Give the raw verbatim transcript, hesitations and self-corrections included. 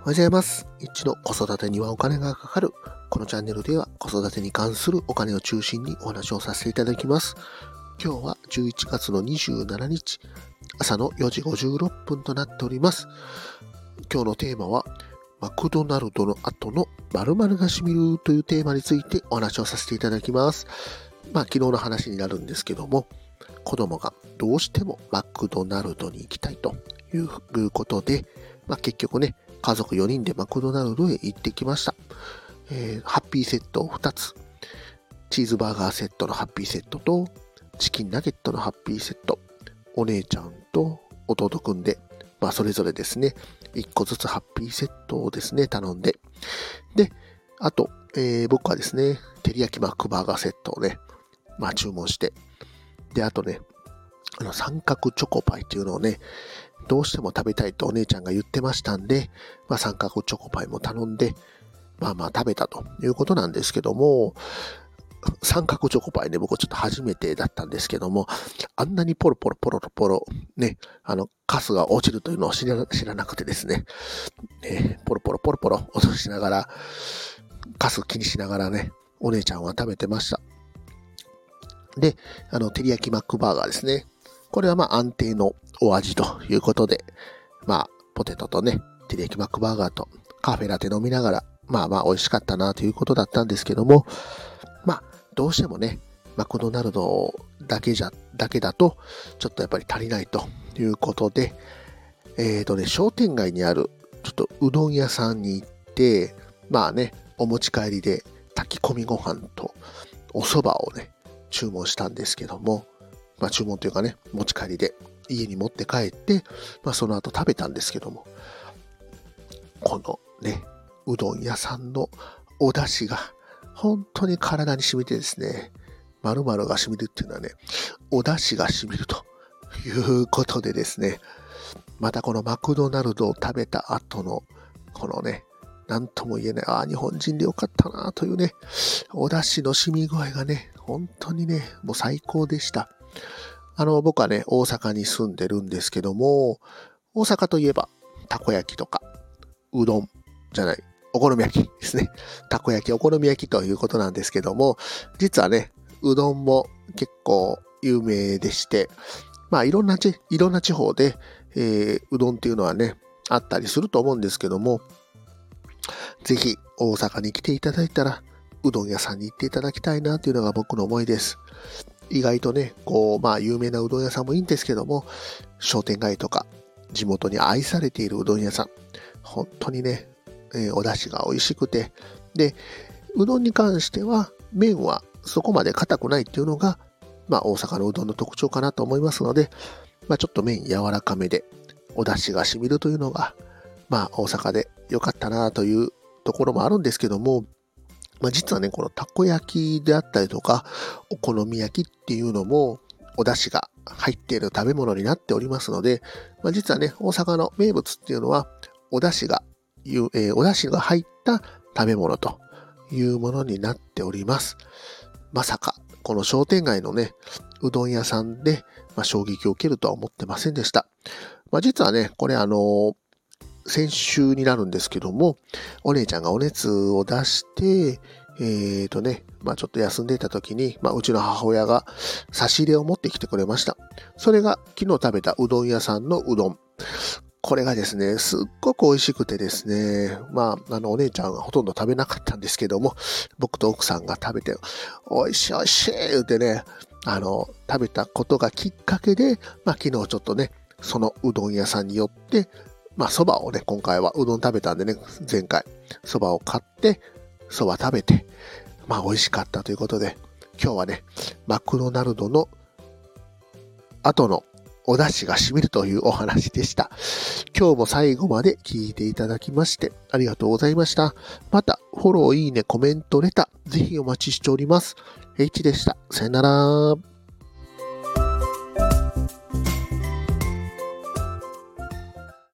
おはようございます。一の子育てにはお金がかかる。このチャンネルでは子育てに関するお金を中心にお話をさせていただきます。今日はじゅういちがつのにじゅうしちにち、朝のよじごじゅうろっぷんとなっております。今日のテーマは、マクドナルドの後の〇〇がしみるというテーマについてお話をさせていただきます。まあ昨日の話になるんですけども、子供がどうしてもマクドナルドに行きたいということで、まあ結局ね、家族よにんでマクドナルドへ行ってきました。えー、ハッピーセットをふたつ、チーズバーガーセットのハッピーセットと、チキンナゲットのハッピーセット、お姉ちゃんと弟くんで、まあそれぞれですね、いっこずつハッピーセットをですね、頼んで、で、あと、えー、僕はですね、照り焼きマックバーガーセットをね、まあ注文して、で、あとね、あの三角チョコパイっていうのをね、どうしても食べたいとお姉ちゃんが言ってましたんで、まあ三角チョコパイも頼んで、まあまあ食べたということなんですけども、三角チョコパイね、僕ちょっと初めてだったんですけども、あんなにポロポロポロポロ、ね、あの、カスが落ちるというのを知ら、知らなくてですね、ね、ポロポロポロポロ落としながら、カス気にしながらね、お姉ちゃんは食べてました。で、あの、照り焼きマックバーガーですね。これはまあ安定のお味ということで、まあ、ポテトとね、照り焼きマックバーガーとカフェラテ飲みながら、まあまあ美味しかったなということだったんですけども、まあ、どうしてもね、マクドナルドだけじゃ、だけだと、ちょっとやっぱり足りないということで、えーとね、商店街にある、ちょっとうどん屋さんに行って、まあね、お持ち帰りで炊き込みご飯とお蕎麦をね、注文したんですけども、まあ注文というかね、持ち帰りで家に持って帰って、まあその後食べたんですけども、このね、うどん屋さんのお出汁が本当に体に染みてですね、〇〇が染みるっていうのはね、お出汁が染みるということでですね、またこのマクドナルドを食べた後のこのね、なんとも言えない、ああ、日本人でよかったなというね、お出汁の染み具合がね、本当にね、もう最高でした。あの、僕はね、大阪に住んでるんですけども、大阪といえば、たこ焼きとか、うどんじゃない、お好み焼きですね。たこ焼き、お好み焼きということなんですけども、実はね、うどんも結構有名でして、まあいろんなち、いろんな地方で、えー、うどんっていうのはね、あったりすると思うんですけども、ぜひ大阪に来ていただいたら、うどん屋さんに行っていただきたいなというのが僕の思いです。意外とね、こう、まあ有名なうどん屋さんもいいんですけども、商店街とか地元に愛されているうどん屋さん、本当にね、えー、お出汁が美味しくて、で、うどんに関しては麺はそこまで硬くないっていうのが、まあ大阪のうどんの特徴かなと思いますので、まあちょっと麺柔らかめでお出汁が染みるというのが、まあ大阪で良かったなというところもあるんですけども、まあ実はね、このたこ焼きであったりとか、お好み焼きっていうのも、お出汁が入っている食べ物になっておりますので、まあ実はね、大阪の名物っていうのは、お出汁が、えー、お出汁が入った食べ物というものになっております。まさか、この商店街のね、うどん屋さんで、まあ、衝撃を受けるとは思ってませんでした。まあ実はね、これあのー、先週になるんですけども、お姉ちゃんがお熱を出して、えーとね、まあちょっと休んでいた時に、まあうちの母親が差し入れを持ってきてくれました。それが昨日食べたうどん屋さんのうどん。これがですね、すっごく美味しくてですね、まあ、あのお姉ちゃんはほとんど食べなかったんですけども、僕と奥さんが食べて、美味しい美味しい言ってね、あの、食べたことがきっかけで、まあ昨日ちょっとね、そのうどん屋さんによって、まあ蕎麦をね、今回はうどん食べたんでね、前回蕎麦を買って、蕎麦食べて、まあ美味しかったということで、今日はね、マクドナルドの後のお出汁が染みるというお話でした。今日も最後まで聞いていただきましてありがとうございました。また、フォロー、いいね、コメント、レター、ぜひお待ちしております。H でした。さよなら。